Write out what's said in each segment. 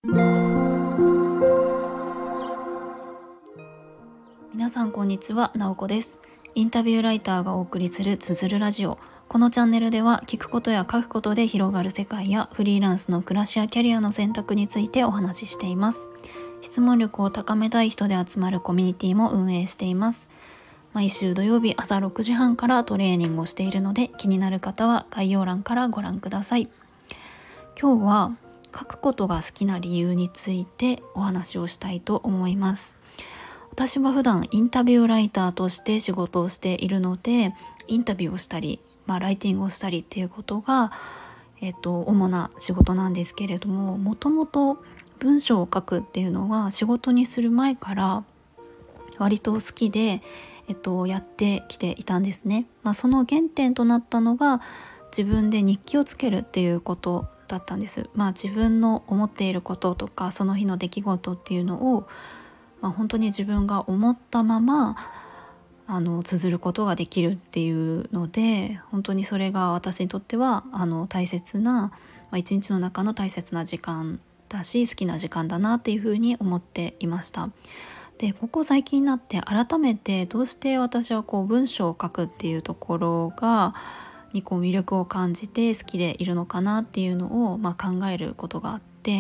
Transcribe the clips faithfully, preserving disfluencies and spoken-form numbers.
皆さんこんにちは、なおこです。インタビューライターがお送りするつづるラジオ。このチャンネルでは聞くことや書くことで広がる世界やフリーランスの暮らしやキャリアの選択についてお話ししています。質問力を高めたい人で集まるコミュニティも運営しています。毎週土曜日朝ろくじはんからトレーニングをしているので、気になる方は概要欄からご覧ください。今日は書くことが好きな理由についてお話をしたいと思います。私は普段インタビューライターとして仕事をしているので、インタビューをしたり、まあ、ライティングをしたりっていうことが、えっと、主な仕事なんですけれども、もともと文章を書くっていうのは仕事にする前から割と好きで、えっと、やってきていたんですね。まあ、その原点となったのが自分で日記をつけるっていうことだったんです。まあ、自分の思っていることとかその日の出来事っていうのをまあ、本当に自分が思ったままあの綴ることができるっていうので、本当にそれが私にとってはあの大切な、まあ、一日の中の大切な時間だし、好きな時間だなっていうふうに思っていました。で、ここ最近になって改めてどうして私はこう文章を書くっていうところがにこう魅力を感じて好きでいるのかなっていうのを、まあ、考えることがあって、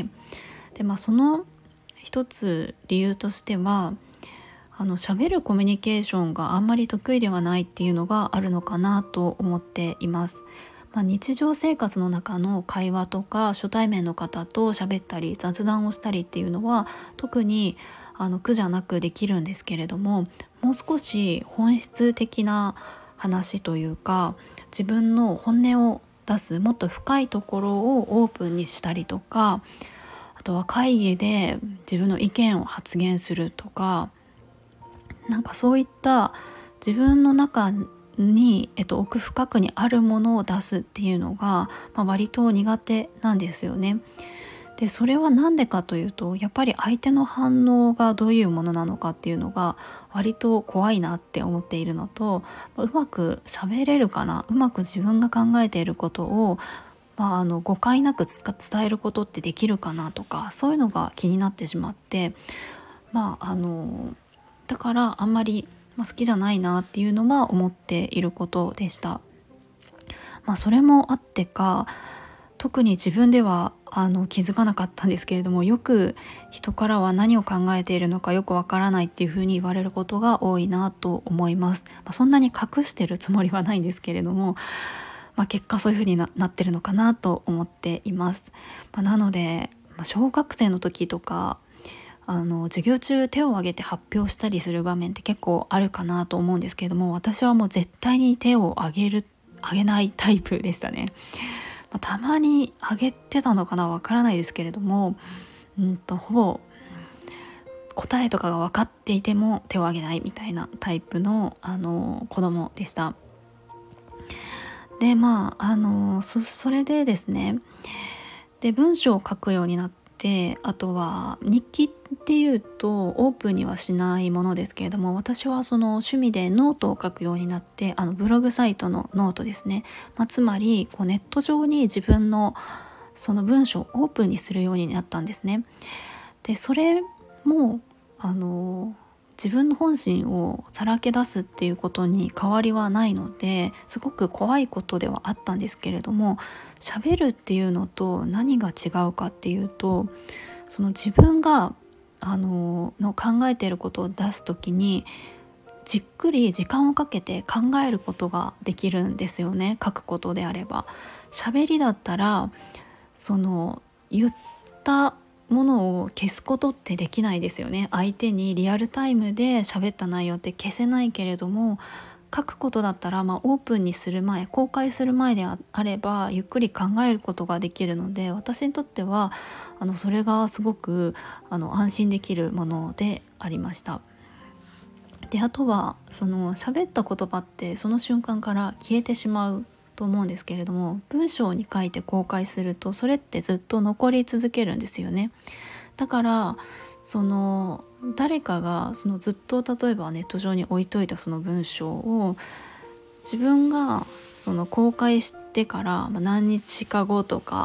で、まあ、その一つ理由としては、あの喋るコミュニケーションがあんまり得意ではないっていうのがあるのかなと思っています。まあ、日常生活の中の会話とか初対面の方と喋ったり雑談をしたりっていうのは特にあの苦じゃなくできるんですけれども、もう少し本質的な話というか、自分の本音を出すもっと深いところをオープンにしたりとか、あとは会議で自分の意見を発言するとか、なんかそういった自分の中に、えっと、奥深くにあるものを出すっていうのが、まあ、割と苦手なんですよね。で、それは何でかというと、やっぱり相手の反応がどういうものなのかっていうのが割と怖いなって思っているのと、うまく喋れるかな、うまく自分が考えていることをまあ、あの誤解なく伝えることってできるかなとか、そういうのが気になってしまって、まああのだからあんまり、まあ、好きじゃないなっていうのは思っていることでした。まあ、それもあってか、特に自分ではあの気づかなかったんですけれども、よく人からは何を考えているのかよくわからないっていうふうに言われることが多いなと思います。まあ、そんなに隠してるつもりはないんですけれども、まあ、結果そういう風に な, なってるのかなと思っています。まあ、なので、まあ、小学生の時とかあの授業中手を挙げて発表したりする場面って結構あるかなと思うんですけれども、私はもう絶対に手を挙げる挙げないタイプでしたね。まあ、たまに挙げてたのかな、わからないですけれども、うんとほぼ答えとかが分かっていても手を挙げないみたいなタイプの、あの子供でした。で、まああの そ, それでですね、で文章を書くようになって、あとは日記っていうとオープンにはしないものですけれども、私はその趣味でノートを書くようになって、あのブログサイトのノートですね、まあ、つまりこうネット上に自分のその文章をオープンにするようになったんですね。で、それもあの自分の本心をさらけ出すっていうことに変わりはないので、すごく怖いことではあったんですけれども、喋るっていうのと何が違うかっていうと、その自分があのの考えていることを出すときにじっくり時間をかけて考えることができるんですよね。書くことであれば。喋りだったらその言ったものを消すことってできないですよね。相手にリアルタイムで喋った内容って消せないけれども、書くことだったら、まあ、オープンにする前、公開する前であればゆっくり考えることができるので、私にとってはあのそれがすごくあの安心できるものでありました。で、あとはその喋った言葉ってその瞬間から消えてしまうと思うんですけれども、文章に書いて公開するとそれってずっと残り続けるんですよね。だからその誰かがそのずっと例えばネット上に置いといたその文章を自分がその公開してから何日か後とか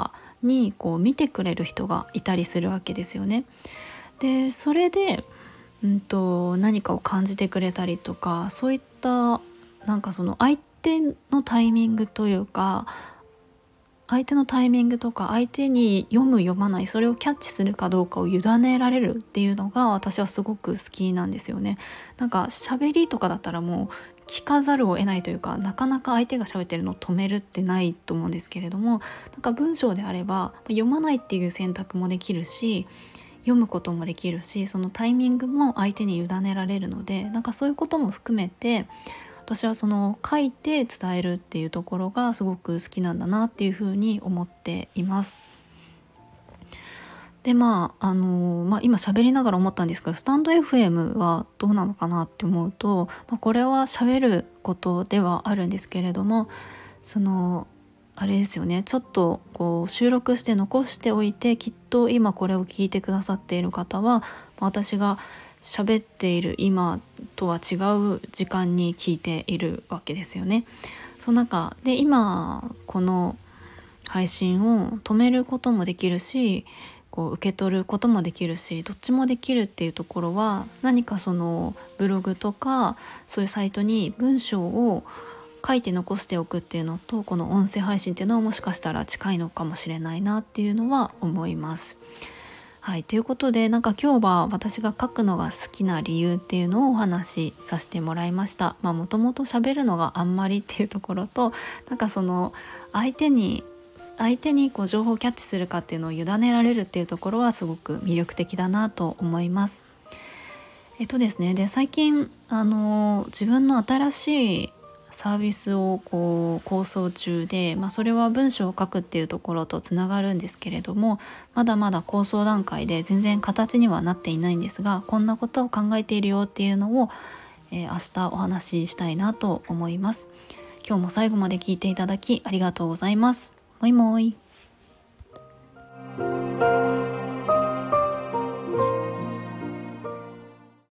にこう見てくれる人がいたりするわけですよね。でそれで、うんと、何かを感じてくれたりとか、そういったなんかその相手のタイミングというか相手のタイミングとか相手に読む読まない、それをキャッチするかどうかを委ねられるっていうのが私はすごく好きなんですよね。なんか喋りとかだったらもう聞かざるを得ないというか、なかなか相手が喋ってるのを止めるってないと思うんですけれども、なんか文章であれば読まないっていう選択もできるし、読むこともできるし、そのタイミングも相手に委ねられるので、なんかそういうことも含めて私はその書いて伝えるっていうところがすごく好きなんだなっていうふうに思っています。でまああのまあ、今喋りながら思ったんですけど、スタンド エフエム はどうなのかなって思うと、まあ、これは喋ることではあるんですけれども、そのあれですよね、ちょっとこう収録して残しておいて、きっと今これを聞いてくださっている方は私が喋っている今とは違う時間に聞いているわけですよね。その中で今この配信を止めることもできるし、こう受け取ることもできるし、どっちもできるっていうところは、何かそのブログとかそういうサイトに文章を書いて残しておくっていうのと、この音声配信っていうのはもしかしたら近いのかもしれないなっていうのは思います。はい、ということで、なんか今日は私が書くのが好きな理由っていうのをお話しさせてもらいました。まあもともと喋るのがあんまりっていうところと、なんかその相手に相手にこう情報をキャッチするかっていうのを委ねられるっていうところはすごく魅力的だなと思います。えっとですねで最近あの自分の新しいサービスをこう構想中で、まあ、それは文章を書くっていうところとつながるんですけれども、まだまだ構想段階で全然形にはなっていないんですが、こんなことを考えているよっていうのを、えー、明日お話ししたいなと思います。今日も最後まで聞いていただきありがとうございます。もいもい。